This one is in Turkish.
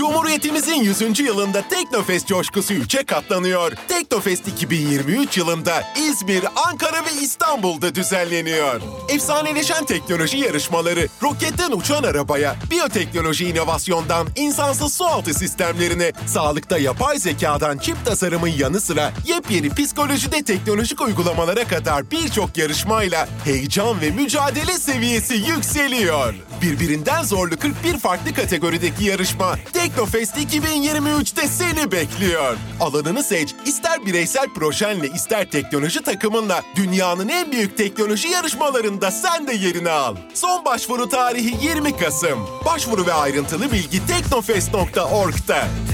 Cumhuriyetimizin 100. yılında Teknofest coşkusu 3'e katlanıyor. Teknofest 2023 yılında İzmir, Ankara ve İstanbul'da düzenleniyor. Efsaneleşen teknoloji yarışmaları, roketten uçan arabaya, biyoteknoloji inovasyondan insansız sualtı sistemlerine, sağlıkta yapay zekadan çip tasarımın yanı sıra yepyeni psikolojide teknolojik uygulamalara kadar birçok yarışmayla heyecan ve mücadele seviyesi yükseliyor. Birbirinden zorlu 41 farklı kategorideki yarışma Teknofest 2023'te seni bekliyor. Alanını seç, ister bireysel projenle ister teknoloji takımınla dünyanın en büyük teknoloji yarışmalarında sen de yerini al. Son başvuru tarihi 20 Kasım. Başvuru ve ayrıntılı bilgi teknofest.org'da.